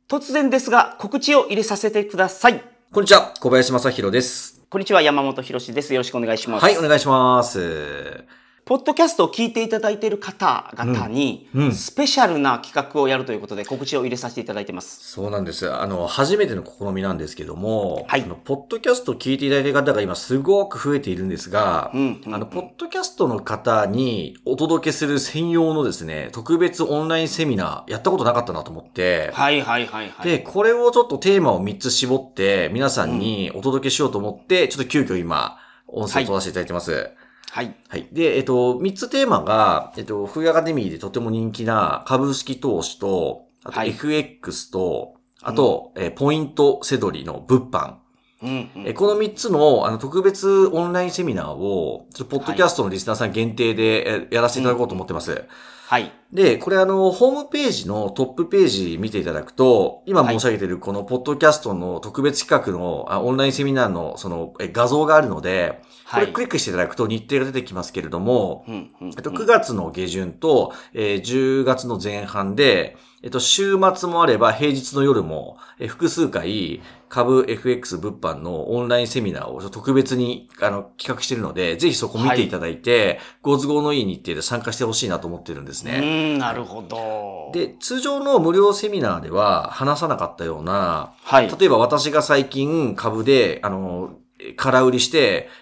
突然ですが、告知を入れさせてください。 こんにちは、小林正弘です。 こんにちは、山本博史です。よろしくお願いします。 はい、お願いします。 ポッドキャストを聞いていただいている方々に、スペシャルな企画をやるということで告知を入れさせていただいてます。 そうなんです。初めての試みなんですけども、 はい。 ポッドキャストを聞いていただいている方が今すごく増えているんですが、ポッドキャストの方にお届けする専用のですね、特別オンラインセミナーやったことなかったなと思って、 はい。 で、これをちょっとテーマを3つ絞って皆さんにお届けしようと思って、ちょっと急遽今、音声を取らせていただいてます。 はい。 で、3つテーマが、フーアカデミーでとても人気な株式投資と、あと FX と、あと、ポイントセドリの物販。この3つの、特別オンラインセミナーを、ちょっとポッドキャストのリスナーさん限定でやらせていただこうと思ってます。 はい。 で、これホームページのトップページ見ていただくと、今申し上げているこのポッドキャストの特別企画のオンラインセミナーのその画像があるので、これクリックしていただくと日程が出てきますけれども、9月の下旬と、10月の前半で、週末もあれば平日の夜も、複数回株 FX 物販のオンラインセミナーを特別に企画しているので、ぜひそこ見ていただいて、ご都合のいい日程で参加してほしいなと思ってるんですね。 なるほど。 で、通常の無料セミナーでは話さなかったような、例えば私が最近株で、空売りして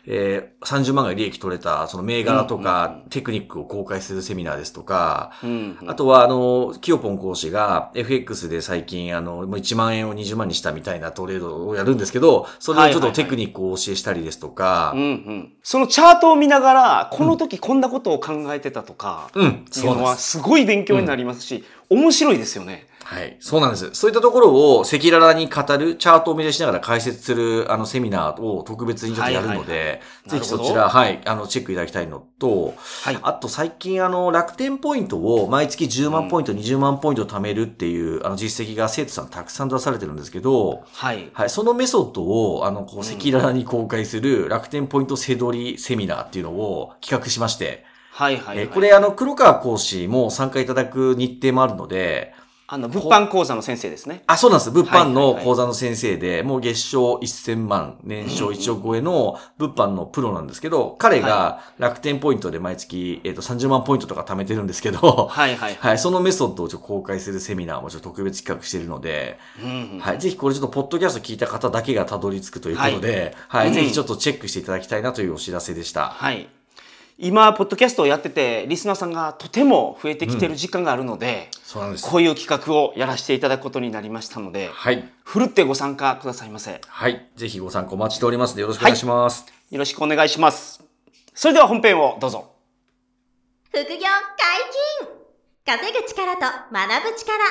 、30万が利益取れた、その銘柄とか、テクニックを公開するセミナーですとか、あとは、キヨポン講師が FX で最近、1万円を20万にしたみたいなトレードをやるんですけど、それをちょっとテクニックをお教えしたりですとか、 そのチャートを見ながら、この時こんなことを考えてたとか、いうのはすごい勉強になりますし、面白いですよね。 はい。そうなんです。そういったところを赤裸々に語る、チャートを目指しながら解説する、セミナーを特別にちょっとやるので、ぜひそちら、チェックいただきたいのと、あと最近楽天ポイントを毎月10万ポイント、20万ポイント貯めるっていう、実績が生徒さんたくさん出されてるんですけど、そのメソッドを、赤裸々に公開する楽天ポイントセドリセミナーっていうのを企画しまして、これ黒川講師も参加いただく日程もあるので、 物販講座の先生ですね。 そうなんです。物販の講座の先生で、もう月賞1000万、年商1億超えの物販のプロなんですけど、彼が楽天ポイントで毎月、30万ポイントとか貯めてるんですけど、そのメソッドを公開するセミナーも特別企画しているので、ぜひこれちょっとポッドキャスト聞いた方だけがたどり着くということで、ぜひちょっとチェックしていただきたいなというお知らせでした。 今、ポッドキャストをやってて、リスナーさんがとても増えてきてる時間があるので、 そうなんです。 こういう企画をやらせていただくことになりましたので、ふるってご参加くださいませ。 ぜひご参加お待ちしておりますのでよろしくお願いします。 よろしくお願いします。それでは本編をどうぞ。 副業解禁！稼ぐ力と学ぶ力。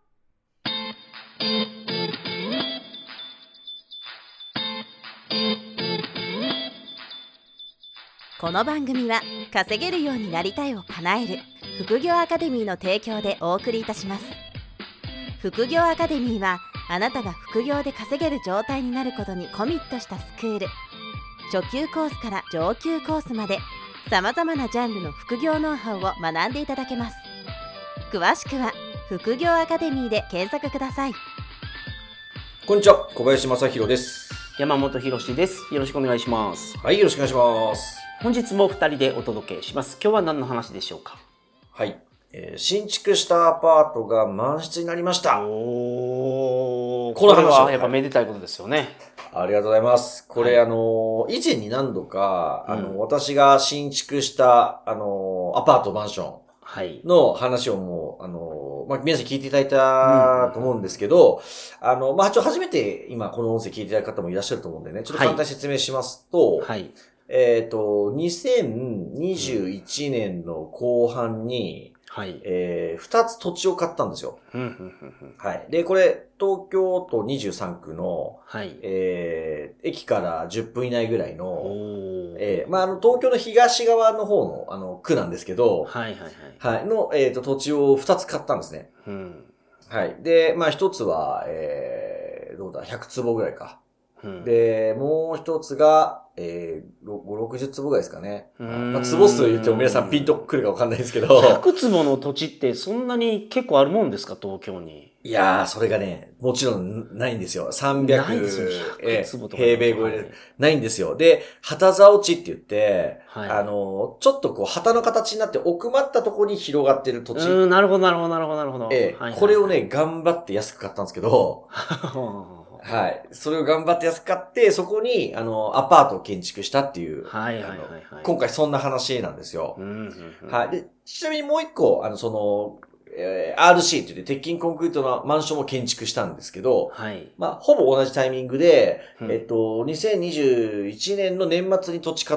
この番組は稼げるようになりたいを叶える副業アカデミーの提供でお送りいたします。副業アカデミーはあなたが副業で稼げる状態になることにコミットしたスクール。初級コースから上級コースまで様々なジャンルの副業ノウハウを学んでいただけます。詳しくは副業アカデミーで検索ください。 こんにちは、小林正弘です。 山本博史です。よろしくお願いします。 よろしくお願いします。 本日も2人でお届けします。今日は何の話でしょうか？ 新築したアパートが満室になりました。 これはやっぱめでたいことですよね。 ありがとうございます。これ、以前に何度か、私が新築した、アパートマンションの話をもう、皆さん聞いていただいたと思うんですけど、初めて今この音声聞いていただく方もいらっしゃると思うんでね、ちょっと簡単に説明しますと、2021年の後半に、2つ土地を買ったんですよ。で、これ、東京都23区の、駅から10分以内ぐらいの、東京の東側の方の、区なんですけど、の、土地を2つ買ったんですね。で、1つは、100坪ぐらいか。 で、もう一つが、5、60坪ぐらいですかね。まあ、坪数言っても皆さんピンとくるかわかんないですけど。 100坪の土地ってそんなに結構あるもんですか、東京に。 いやー、それがね、もちろんないんですよ。300平米超えでないんですよ。で、旗竿地って言って、ちょっとこう、旗の形になって奥まったところに広がってる土地。 なるほど。 これをね、頑張って安く買ったんですけど、はい。それを頑張って安く買って、そこに、アパートを建築したっていう。今回そんな話なんですよ。はい。で、ちなみにもう一個、RC って言って鉄筋コンクリートのマンションも建築したんですけど、まあ、ほぼ同じタイミングで、2021年の年末に土地買って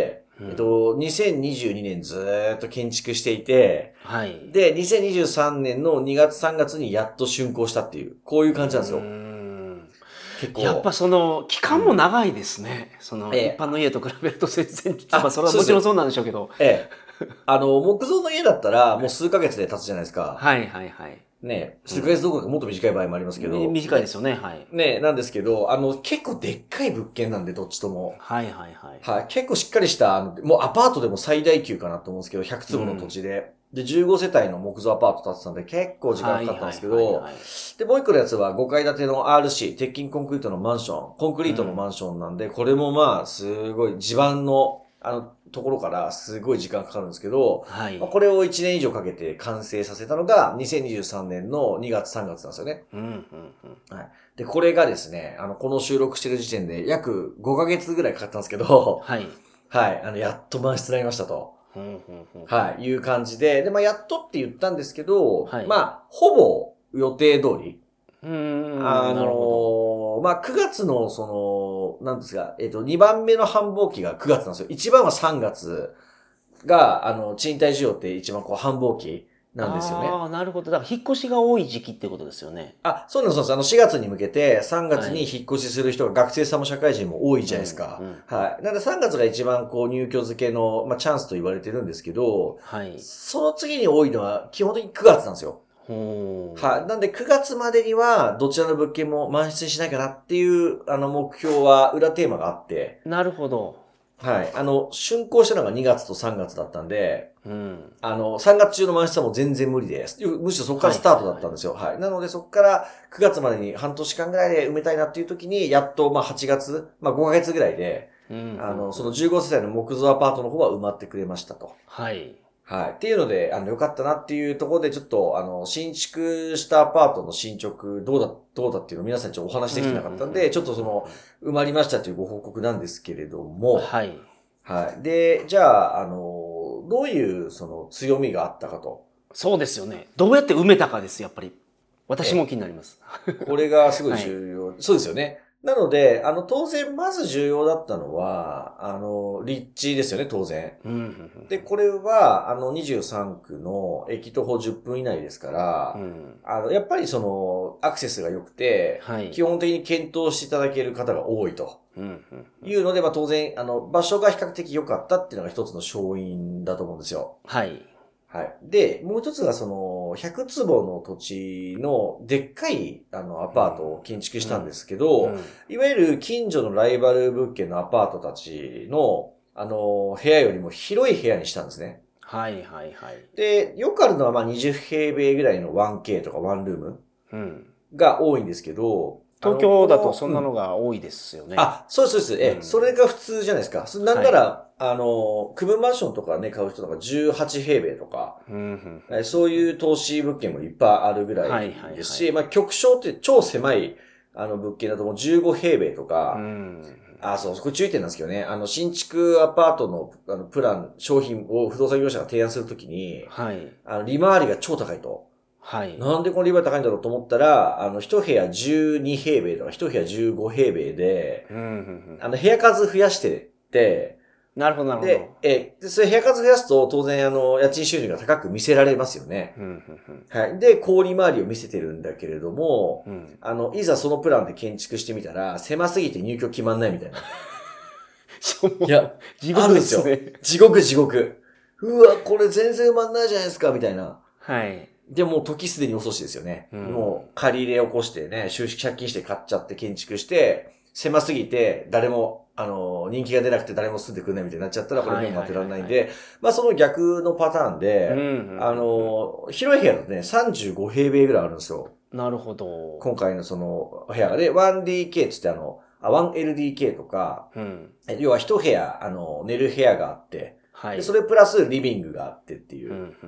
、2022年ずーっと建築していて、で、2023年の2月3月にやっと竣工したっていう、こういう感じなんですよ。 結構やっぱその期間も長いですね。その一般の家と比べると全然、まあそれはもちろんそうなんでしょうけど。 木造の家だったらもう数ヶ月で建つじゃないですか。ね、数ヶ月どころかもっと短い場合もありますけど。 短いですよね、 ね、なんですけど、結構でっかい物件なんで、どっちとも。結構しっかりした、もうアパートでも最大級かなと思うんですけど、100坪の土地で。で、15世帯の木造アパート建ってたんで、結構時間かかったんですけど、で、もう一個のやつは5階建ての RC、鉄筋コンクリートのマンション、コンクリートのマンションなんで、これもまあ、すごい地盤の、ところからすごい時間かかるんですけど、まあ、これを1年以上かけて完成させたのが2023年の2月3月なんですよね。で、これがですね、この収録してる時点で約5ヶ月ぐらいかかったんですけど、やっと満室になりましたと。いう感じで、で、まあ、やっとって言ったんですけど、まあ、ほぼ予定通り。まあ、9月のなんですが、2番目の繁忙期が9月なんですよ。1番は3月が、賃貸需要って一番こう繁忙期なんですよね。 なるほど。だから引っ越しが多い時期ってことですよね。 そうなんです。4月に向けて3月に引っ越しする人が学生さんも社会人も多いじゃないですか。なので3月が一番こう入居付けの、まあ、チャンスと言われてるんですけど、その次に多いのは基本的に9月なんですよ。なんで9月までにはどちらの物件も満室にしないかなっていう目標は裏テーマがあって。 なるほど。 竣工したのが2月と3月だったんで、3月中の満室はもう全然無理です。むしろそこからスタートだったんですよ。なのでそこから9月までに半年間ぐらいで埋めたいなっていう時に、やっとまあ8月、まあ5ヶ月ぐらいで、その15世帯の木造アパートの方は埋まってくれましたと。っていうので、よかったなっていうところで、ちょっと、新築したアパートの進捗、どうだっていうのを皆さんにちょっとお話できてなかったんで、ちょっと埋まりましたというご報告なんですけれども、で、じゃあ、どういう強みがあったかと。 そうですよね。どうやって埋めたかです、やっぱり。私も気になります。 これがすごい重要。そうですよね。なので、当然、まず重要だったのは、立地ですよね、当然。で、これは、23区の駅徒歩10分以内ですから、やっぱりアクセスが良くて、基本的に検討していただける方が多いと。いうので、まあ当然、場所が比較的良かったっていうのが一つの勝因だと思うんですよ。で、もう一つが100坪の土地のでっかいアパートを建築したんですけど、いわゆる近所のライバル物件のアパートたちの部屋よりも広い部屋にしたんですね。で、よくあるのはまあ20平米ぐらいの 1K とかワンルームが多いんですけど、 東京だとそんなのが多いですよね。 そうです。それが普通じゃないですか。なんなら、区分マンションとかね、買う人とか18平米とか、そういう投資物件もいっぱいあるぐらいですし、まあ、極小って超狭い、物件だともう15平米とか、そこ注意点なんですけどね、新築アパートの、プラン、商品を不動産業者が提案するときに、利回りが超高いと。なんでこの利回り高いんだろうと思ったら、一部屋12平米とか一部屋15平米で、部屋数増やしてって、 なるほど。 で、それ部屋数増やすと当然家賃収入が高く見せられますよね。で、高利回りを見せてるんだけれども、いざそのプランで建築してみたら、狭すぎて入居決まんないみたいな。いや、 地獄ですね。 地獄。うわ、これ全然埋まんないじゃないですか、みたいな。でも時すでに遅しですよね。もう借り入れ起こしてね、借金して買っちゃって建築して、 狭すぎて、誰も、人気が出なくて誰も住んでくれないみたいになっちゃったら、これも当てられないんで、まあその逆のパターンで、広い部屋だとね、35平米ぐらいあるんですよ。 なるほど。 今回のその部屋で、1DK つって1LDK とか、要は一部屋、寝る部屋があって、でそれプラスリビングがあってっていう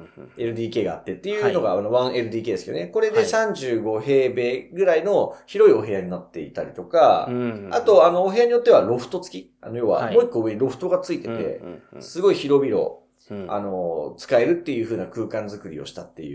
、LDK があってっていうのが1LDK ですけどね。これで35平米ぐらいの広いお部屋になっていたりとか、あとお部屋によってはロフト付き、要はもう一個上にロフトが付いてて、すごい広々、使えるっていう風な空間作りをしたっていう。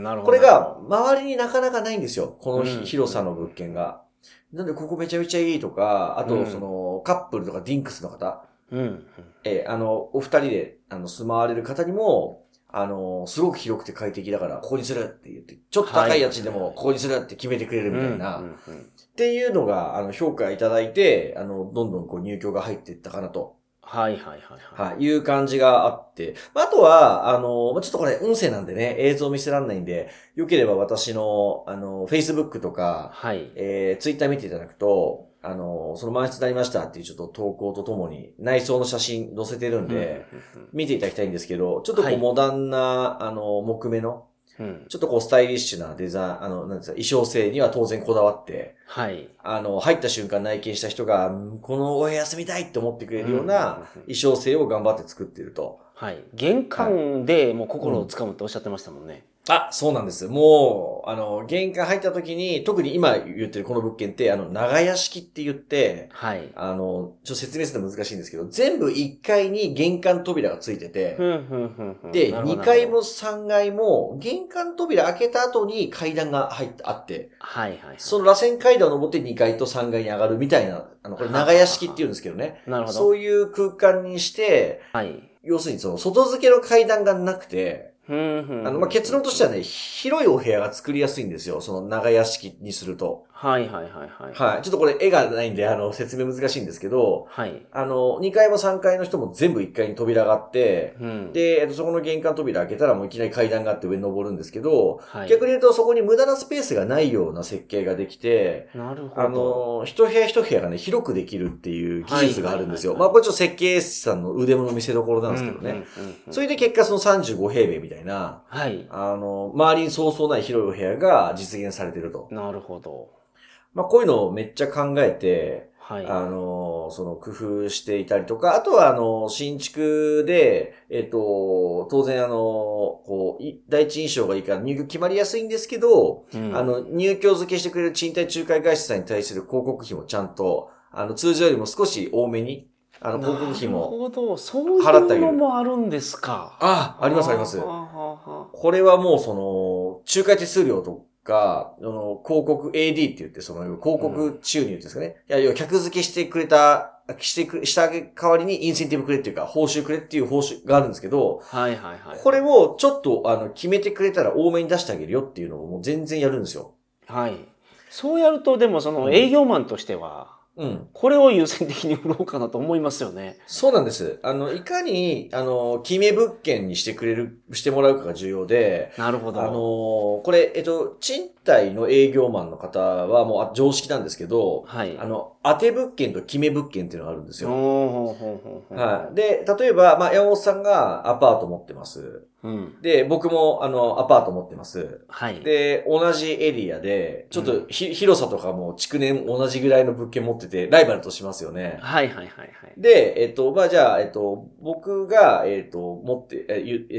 これが周りになかなかないんですよ。この広さの物件が。なんでここめちゃめちゃいいとか、あとカップルとかディンクスの方、お二人で住まわれる方にも、すごく広くて快適だからここにするって言って、ちょっと高い家賃でもここにするって決めてくれるみたいな、っていうのが評価いただいて、どんどんこう入居が入っていったかなと。いう感じがあって。あとは、ちょっとこれ音声なんでね、映像見せらんないんで、よければ私の、Facebook とか、Twitter 見ていただくと、その満室になりましたっていうちょっと投稿とともに内装の写真載せてるんで、見ていただきたいんですけど、ちょっとこうモダンな、木目の、ちょっとこうスタイリッシュなデザイン、なんですか、衣装性には当然こだわって、入った瞬間内見した人が、このお部屋住みたいって思ってくれるような衣装性を頑張って作ってると。 玄関でもう心をつかむっておっしゃってましたもんね。 そうなんです。もう、玄関入った時に、特に今言ってるこの物件って、長屋式って言って、ちょっと説明するの難しいんですけど、全部1階に玄関扉がついてて、で、2階も3階も、玄関扉開けた後に階段があって、その螺旋階段を登って2階と3階に上がるみたいな、これ長屋式って言うんですけどね。そういう空間にして、要するにその外付けの階段がなくて、結論としてはね、広いお部屋が作りやすいんですよ。その長屋式にすると。ちょっとこれ絵がないんで、説明難しいんですけど、2階も3階の人も全部1階に扉があって、で、そこの玄関扉開けたらもういきなり階段があって上に登るんですけど、逆に言うとそこに無駄なスペースがないような設計ができて、一部屋一部屋がね、広くできるっていう技術があるんですよ。これちょっと設計士さんの腕の見せ所なんですけどね。それで結果その35平米みたいな、周りにそうそうない広いお部屋が実現されてると。 なるほど。 こういうのをめっちゃ考えて、その工夫していたりとか、あとは新築で、当然こう、第一印象がいいから入居決まりやすいんですけど、入居付けしてくれる賃貸仲介会社さんに対する広告費もちゃんと、通常よりも少し多めに、広告費も払ってあげる。なるほど、 そういうのもあるんですか。 ありますあります。これはもう仲介手数料とか、広告 AD って言って、広告収入ですかね。要は客付けしてくれた、した代わりにインセンティブくれっていうか、報酬くれっていう報酬があるんですけど、これをちょっと、決めてくれたら多めに出してあげるよっていうのをもう全然やるんですよ。 そうやると、でも営業マンとしては、これを優先的に売ろうかなと思いますよね。 そうなんです。いかに、決め物件にしてもらうかが重要で。 なるほど。 これ、賃貸の営業マンの方はもう常識なんですけど、当て物件と決め物件っていうのがあるんですよ。で、例えば、山本さんがアパート持ってます。で、僕も、アパート持ってます。で、同じエリアで、ちょっと広さとかも築年同じぐらいの物件持ってて、ライバルとしますよね。で、じゃあ、僕が、持って、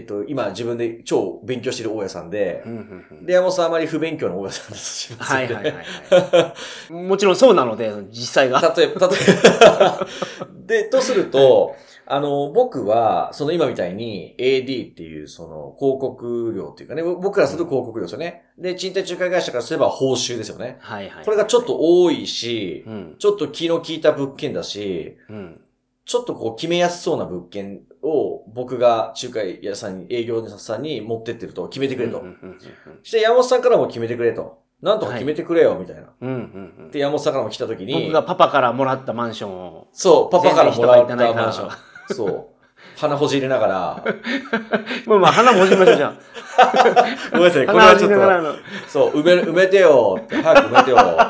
今自分で超勉強してる大家さんで、で、山本さんあまり不勉強の大家さんだとしますよね。 もちろんそうなので、実際が。 例えば。で、とすると、僕は、今みたいに AD っていう広告料っていうかね、僕らする広告料ですよね。で、賃貸仲介会社からすれば報酬ですよね。これがちょっと多いし、ちょっと気の利いた物件だし、ちょっとこう決めやすそうな物件を僕が仲介屋さんに、営業さんに持ってってると決めてくれと。そして山本さんからも決めてくれと。なんとか決めてくれよ、みたいな。で、山本さんからも来た時に。 僕がパパからもらったマンションを。 そう、パパからもらったマンション。そう。鼻ほじりながら。 鼻もほじりましょう、じゃあ。 ごめんなさい、これはちょっと。そう、埋めてよって、早く埋めてよ。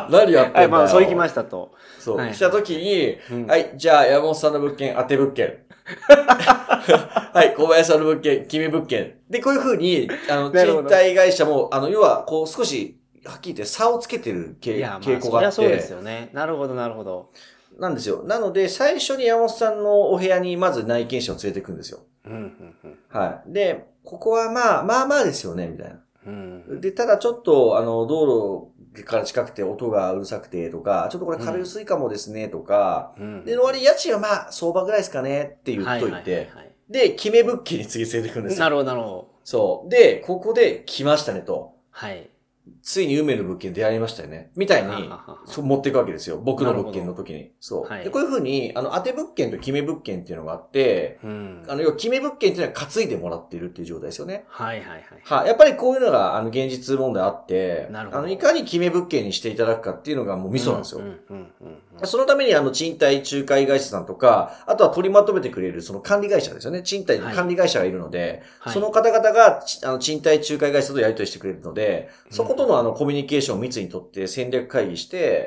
何やってんだよ。 まあ、そう行きましたと。 そう。 はい来た時に、 うんはい、じゃあ山本さんの物件、当て物件。はい、小林さんの物件、決め物件。で、こういう風に、 なるほど賃貸会社も、要は、こう、少し、はっきり言って差をつけてるいや、まあ、 傾向があって。 そりゃそうですよね。なるほど、なるほど。 なんですよ。なので、最初に山本さんのお部屋にまず内見者を連れてくんですよ。 うん、うん、うん。 はい。で、ここはまあまあですよね、みたいな。 うん。 で、ただちょっと、道路から近くて音がうるさくてとか、ちょっとこれ壁薄いかもですね、とか、 うん。 で、の割り家賃はまあ、相場ぐらいですかねって言っといはいはいはいて、 はいで、決め物件に次連れてくんですよ。 なるほど、なるほど。 そう。で、ここで来ましたねと。 はい。 ついに運命の物件出会いましたよね。みたいにはははは、 そう持っていくわけですよ。僕の物件の時に。そう、 はいで。こういう風に、当て物件と決め物件っていうのがあって、 うん。 要は決め物件っていうのは担いでもらっているっていう状態ですよね。 はいはいはい。 はい。やっぱりこういうのが、現実問題あって、 なるほどいかに決め物件にしていただくかっていうのがもうミソなんですよ。 うんうんうんうんそのために賃貸仲介会社さんとか、あとは取りまとめてくれるその管理会社ですよね。賃貸の管理会社がいるので、 はいその方々が賃貸仲介会社とやり取りしてくれるので、そことのコミュニケーションを密にとって戦略会議して、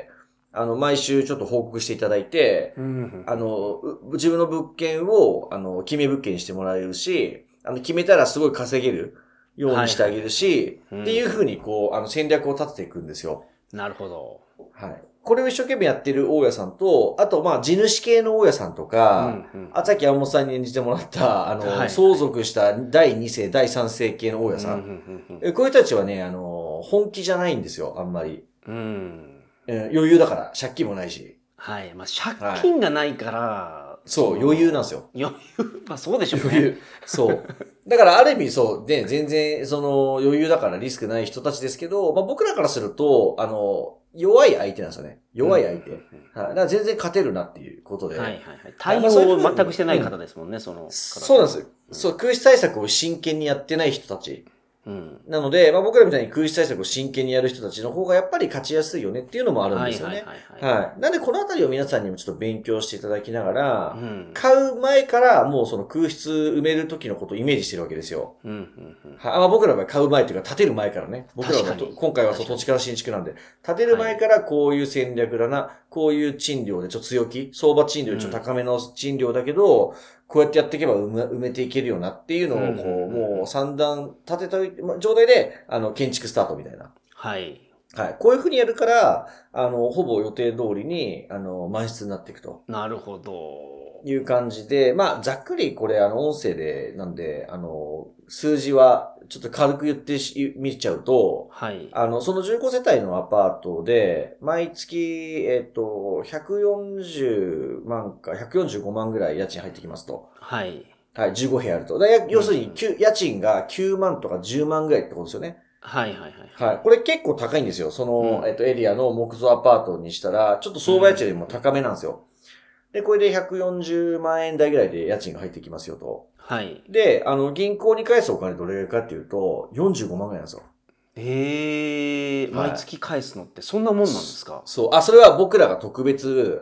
毎週ちょっと報告していただいて、 うんうん。 自分の物件を、決め物件にしてもらえるし、決めたらすごい稼げるようにしてあげるし、 はいはいっていうふうに戦略を立てていくんですよ。 なるほど。 はい。これを一生懸命やってる大家さんと、あと、地主系の大家さんとか、 うんうんさっき山本さんに演じてもらった、 はい相続した第2世、第3世系の大家さ。 うんんうんこういう人たちはね、本気じゃないんですよ、あんまり。 うんうん。 余裕だから、借金もないし。 はい。まあ、借金がないから、 そう、余裕なんですよ。 余裕。まあ、そうでしょうね。 余裕。そう。だからある意味そう、で、全然余裕だからリスクない人たちですけど、僕らからすると、弱い相手なんですよね。弱い相手。 うんうんはい。だから全然勝てるなっていうことで。 はいはいはい。対応を全くしてない方ですもんね、その方。 そうなんですよ。そう、空室対策を真剣にやってない人たち。 うん。 なので、僕らみたいに空室対策を真剣にやる人たちの方がやっぱり勝ちやすいよねっていうのもあるんですよね。はい。なんでこのあたりを皆さんにもちょっと勉強していただきながら、 うん。 買う前からもうその空室埋める時のことをイメージしてるわけですよ。 うんうんうん。 はい。僕らは買う前というか建てる前からね。僕らは確かに今回はそう土地から新築なんで、建てる前からこういう戦略だな、こういう賃料でちょっと強気、相場賃料でちょっと高めの賃料だけど、こうやってやっていけば埋めていけるよなっていうのを、もう三段立てた状態で、建築スタートみたいな。 はい。 はい。こういうふうにやるから、ほぼ予定通りに、満室になっていくと。 なるほど。 いう感じで、ざっくりこれ、音声で、なんで、数字は、ちょっと軽く言ってみちゃうと、 はい。 その15世帯のアパートで、毎月、140万か145万ぐらい家賃入ってきますと。 はい。 はい、15部屋あると。要するに、家賃が9万とか10万ぐらいってことですよね。 はいはいはい。 はい。これ結構高いんですよ。その、エリアの木造アパートにしたら、ちょっと相場家賃よりも高めなんですよ。で、これで140万円台ぐらいで家賃が入ってきますよと。 はい。 で、銀行に返すお金どれぐらいかっていうと、45万ぐらいなんですよ。 毎月返すのってそんなもんなんですか？ そう。それは僕らが特別、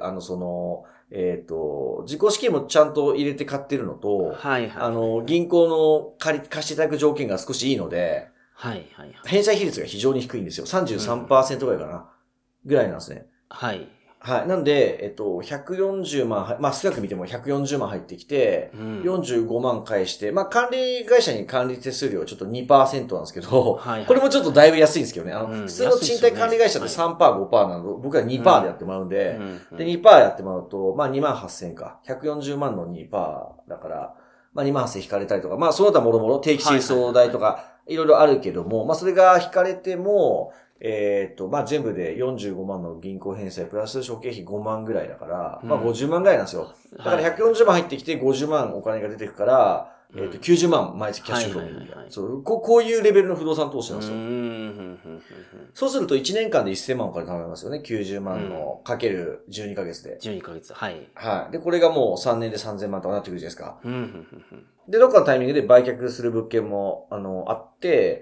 自己資金もちゃんと入れて買ってるのと、 はいはい。 銀行の貸していただく条件が少しいいので、 はいはいはい。 返済比率が非常に低いんですよ。33% ぐらいかな。ぐらいなんですね。 はい。 はい。なんで、140万、少なく見ても140万入ってきて、45万返して、管理会社に管理手数料はちょっと 2% なんですけど、 はいはい、 これもちょっとだいぶ安いんですけどね。普通の賃貸管理会社って 3%、5% なの、僕は 2% でやってもらうんで、で、2% やってもらうと、2万8000か。140万の 2% だから、2万8000引かれたりとか、その他もろもろ定期清掃代とか、いろいろあるけども、それが引かれても、全部で45万の銀行返済プラス諸経費5万ぐらいだから、50万ぐらいなんですよ。だから140万入ってきて50万お金が出てくから、90万毎月キャッシュフローに。そうこういうレベルの不動産投資なんですよ。そうすると1年間で1000万お金貯めますよね。90万のかける12ヶ月で。 12ヶ月。はい。 はい。で、これがもう3年で3000万とかなってくるじゃないですか。で、どっかのタイミングで売却する物件も、あって、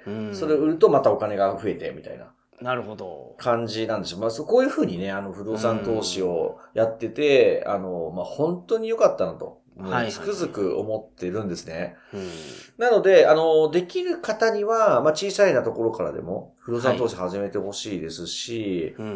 それを売るとまたお金が増えて、みたいな。 なるほど。 感じなんですよ。こういうふうにね、不動産投資をやってて、本当に良かったなと。つくづく思ってるんですね。なので、できる方には、小さいなところからでも、不動産投資始めてほしいですし、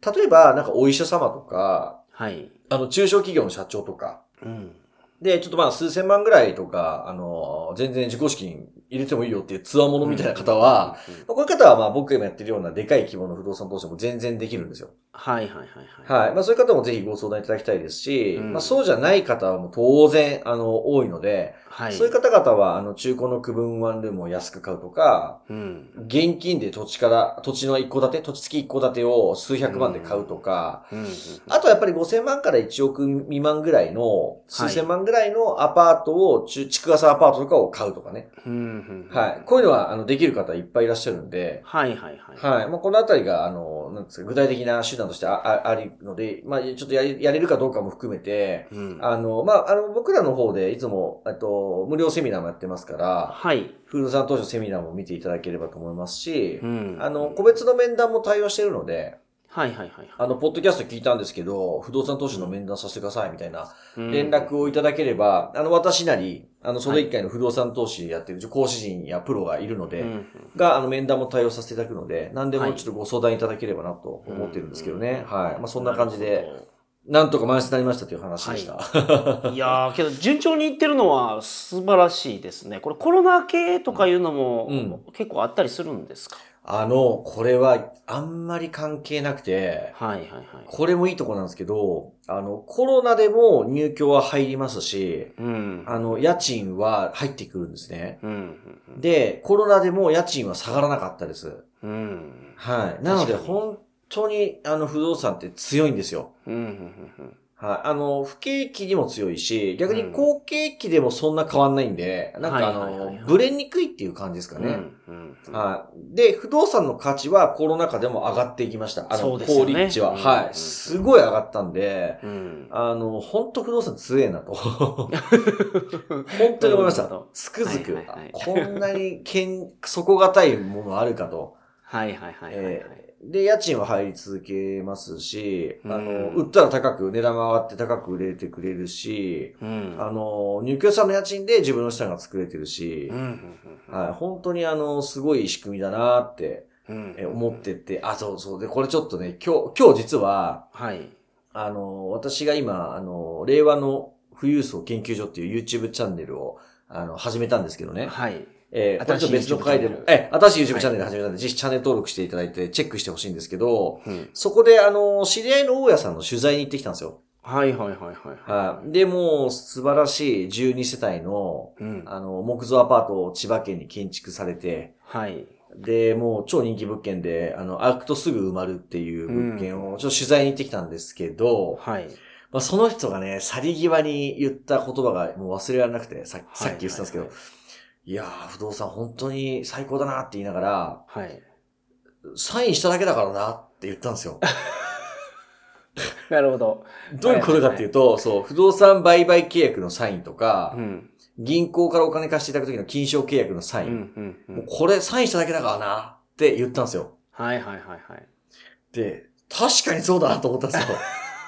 例えば、なんかお医者様とか、 はい。 中小企業の社長とか、 うん。 で、ちょっとまあ数千万ぐらいとか、全然自己資金入れてもいいよっていうツアーものみたいな方は、こういう方はまあ僕が今やってるようなでかい規模の不動産投資も全然できるんですよ。 はいはいはいはい。 はい。まあそういう方もぜひご相談いただきたいですし、まあそうじゃない方はもう当然、多いので、はい、そういう方々は、中古の区分ワンルームを安く買うとか、現金で土地の一戸建て、土地付き一戸建てを数百万で買うとか、あとはやっぱり5000万から1億未満ぐらいの、数千万ぐらいのアパートを、築浅アパートとかを買うとかね。はい。こういうのは、できる方いっぱいいらっしゃるんで、はいはいはい。はい。まあこのあたりが、なんですか、具体的な手段としてあるので、まあちょっとやれるかどうかも含めて、まあ僕らの方でいつも、無料セミナーもやってますから、はい。不動産投資のセミナーも見ていただければと思いますし、個別の面談も対応しているので、はいはいはい。ポッドキャスト聞いたんですけど、不動産投資の面談させてくださいみたいな連絡をいただければ、私なり、それ以外の不動産投資やってる講師陣やプロがいるので、面談も対応させていただくので、何でもちょっとご相談いただければなと思ってるんですけどね。はい。まあそんな感じで、なんとかマイナスになりましたという話でした。 はい、いやー、けど順調にいってるのは素晴らしいですね。これコロナ系とかいうのも結構あったりするんですか？ これはあんまり関係なくて、はいはいはい。これもいいところなんですけど、コロナでも入居は入りますし、家賃は入ってくるんですね。で、コロナでも家賃は下がらなかったです。はい。なので本当に不動産って強いんですよ。はい。不景気にも強いし、逆に好景気でもそんな変わんないんで、なんかブレにくいっていう感じですかね。はい。で、不動産の価値はコロナ禍でも上がっていきました。高立地は。はい。すごい上がったんで、本当不動産強えなと。本当に思いました。つくづく。こんなに底堅いものあるかと。はいはいはい。で、家賃は入り続けますし、売ったら値段が上がって高く売れてくれるし、入居者さんの家賃で自分の資産が作れてるし、はい、本当にすごい仕組みだなって、思ってて、そうそう。で、これちょっとね、今日実は、はい。私が今、令和の富裕層研究所っていう YouTube チャンネルを、始めたんですけどね。はい。これちょっと別の回でも、新しい YouTube チャンネル始めたんで、ぜひチャンネル登録していただいてチェックしてほしいんですけど、そこで知り合いの大家さんの取材に行ってきたんですよ。はいはいはいはい。で、もう素晴らしい12世帯の、木造アパートを千葉県に建築されて、はい。で、もう超人気物件で、開くとすぐ埋まるっていう物件をちょっと取材に行ってきたんですけど、はい。まあ、その人がね、去り際に言った言葉がもう忘れられなくて、さっき言ってたんですけど、いやー、不動産本当に最高だなって言いながら、はい。サインしただけだからなって言ったんですよ。 なるほど。 どういうことかっていうと、そう、不動産売買契約のサインとか、銀行からお金貸していただく時の金商契約のサイン。もうこれサインしただけだからなって言ったんですよ。はいはいはいはい。で、確かにそうだなと思ったんですよ。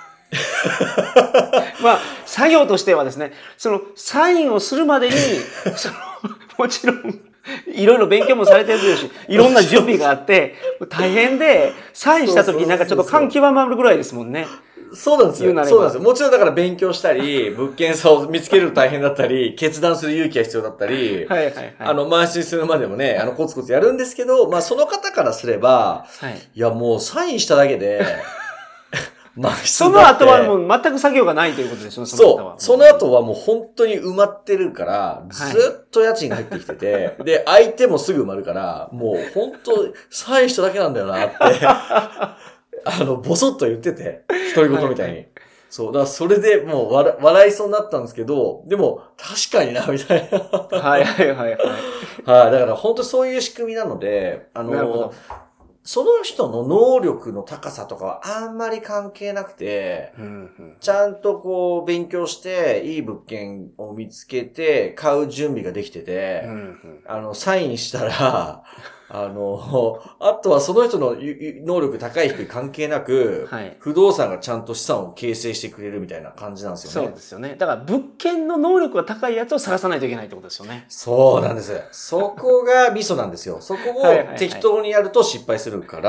まあ、作業としてはですね、そのサインをするまでに、もちろん、いろいろ勉強もされてるし、いろんな準備があって、大変で、サインした時なんかちょっと感極まるぐらいですもんね。 そうなんですよ。そうなんですよ。もちろんだから勉強したり、物件差を見つけるの大変だったり、決断する勇気が必要だったり、はいはいはい。満室するまでもね、コツコツやるんですけど、まあその方からすれば、はい。いやもうサインしただけで、 その後はもう全く作業がないということでしょ、 そう。その後はもう本当に埋まってるから、ずっと家賃が入ってきてて、で、相手もすぐ埋まるから、もう本当、サインしただけなんだよなって、ボソッと言ってて、独り言みたいに。そう。だからそれでもう笑いそうになったんですけど、でも確かにな、みたいな。はいはいはいはい。はい。だから本当そういう仕組みなので、その人の能力の高さとかはあんまり関係なくて、ちゃんとこう勉強していい物件を見つけて買う準備ができてて、サインしたら、 あとはその人の能力高い低い関係なく、 はい、 不動産がちゃんと資産を形成してくれるみたいな感じなんですよね。 そうですよね。だから物件の能力が高いやつを探さないといけないってことですよね。 そうなんです。そこがミソなんですよ。そこを適当にやると失敗するから、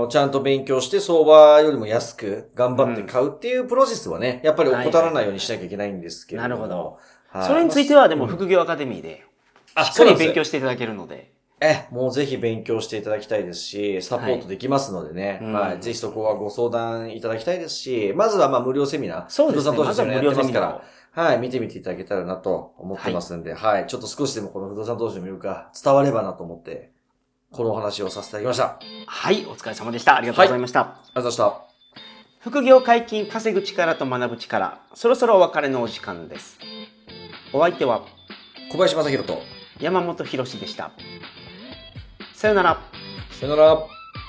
ちゃんと勉強して相場よりも安く頑張って買うっていうプロセスはね、やっぱり怠らないようにしなきゃいけないんですけれども。 なるほど。 はい、 それについてはでも副業アカデミーで、しっかり勉強していただけるので。 もうぜひ勉強していただきたいですし、サポートできますのでね。はい。ぜひそこはご相談いただきたいですし、まずは無料セミナー。 そうですね。 不動産投資のやってますから。はい。見てみていただけたらなと思ってますんで、はい。ちょっと少しでもこの不動産投資の魅力が伝わればなと思って、このお話をさせていただきました。 はい。お疲れ様でした。ありがとうございました。 ありがとうございました。 副業解禁、稼ぐ力と学ぶ力。そろそろお別れのお時間です。お相手は、 小林正宏と山本博史でした。さよなら。 さよなら。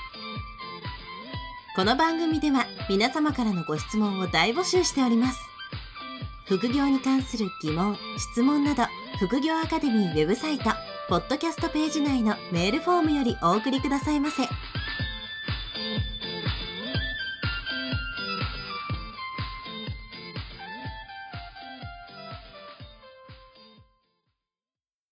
この番組では皆様からのご質問を大募集しております。副業に関する疑問・質問など、副業アカデミーウェブサイト、ポッドキャストページ内のメールフォームよりお送りくださいませ。